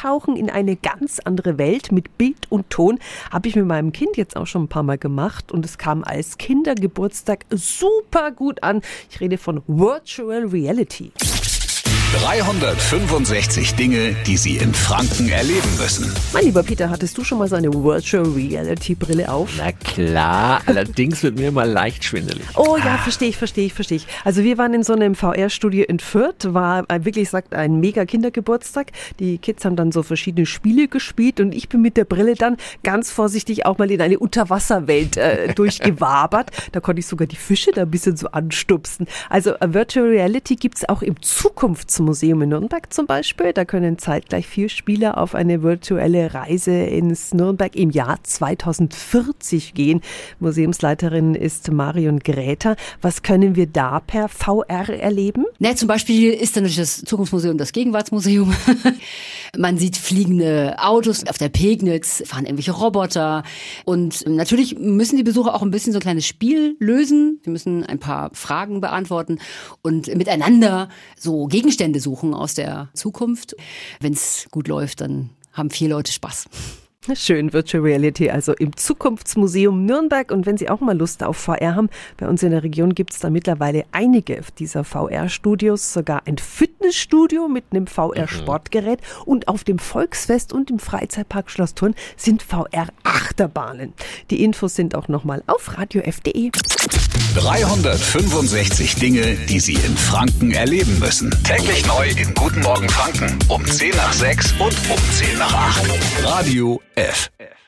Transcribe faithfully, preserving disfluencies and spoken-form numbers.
eintauchen in eine ganz andere Welt mit Bild und Ton. Habe ich mit meinem Kind jetzt auch schon ein paar Mal gemacht und es kam als Kindergeburtstag super gut an. Ich rede von Virtual Reality. dreihundertfünfundsechzig Dinge, die Sie in Franken erleben müssen. Mein lieber Peter, hattest du schon mal so eine Virtual Reality Brille auf? Na klar, allerdings wird mir mal leicht schwindelig. Oh ja, verstehe ich, verstehe ich, verstehe ich. Also wir waren in so einem V R-Studio in Fürth, war wirklich, sagt, ein mega Kindergeburtstag. Die Kids haben dann so verschiedene Spiele gespielt und ich bin mit der Brille dann ganz vorsichtig auch mal in eine Unterwasserwelt äh, durchgewabert. Da konnte ich sogar die Fische da ein bisschen so anstupsen. Also Virtual Reality gibt es auch im Zukunftsmuseum in Nürnberg zum Beispiel. Da können zeitgleich vier Spieler auf eine virtuelle Reise ins Nürnberg im Jahr zweitausendvierzig gehen. Museumsleiterin ist Marion Gräter. Was können wir da per V R erleben? Na, zum Beispiel ist dann natürlich das Zukunftsmuseum das Gegenwartsmuseum. Man sieht fliegende Autos auf der Pegnitz, fahren irgendwelche Roboter. Und natürlich müssen die Besucher auch ein bisschen so ein kleines Spiel lösen. Sie müssen ein paar Fragen beantworten und miteinander so Gegenstände suchen aus der Zukunft. Wenn es gut läuft, dann haben vier Leute Spaß. Schön, Virtual Reality, also im Zukunftsmuseum Nürnberg. Und wenn Sie auch mal Lust auf V R haben, bei uns in der Region gibt es da mittlerweile einige dieser V R-Studios, sogar ein Fitnessstudio mit einem V R-Sportgerät. Und auf dem Volksfest und im Freizeitpark Schloss Thurn sind V R-Achterbahnen. Die Infos sind auch nochmal auf radio f punkt de. dreihundertfünfundsechzig Dinge, die Sie in Franken erleben müssen. Täglich neu in Guten Morgen Franken um zehn nach sechs und um zehn nach acht. Radio F.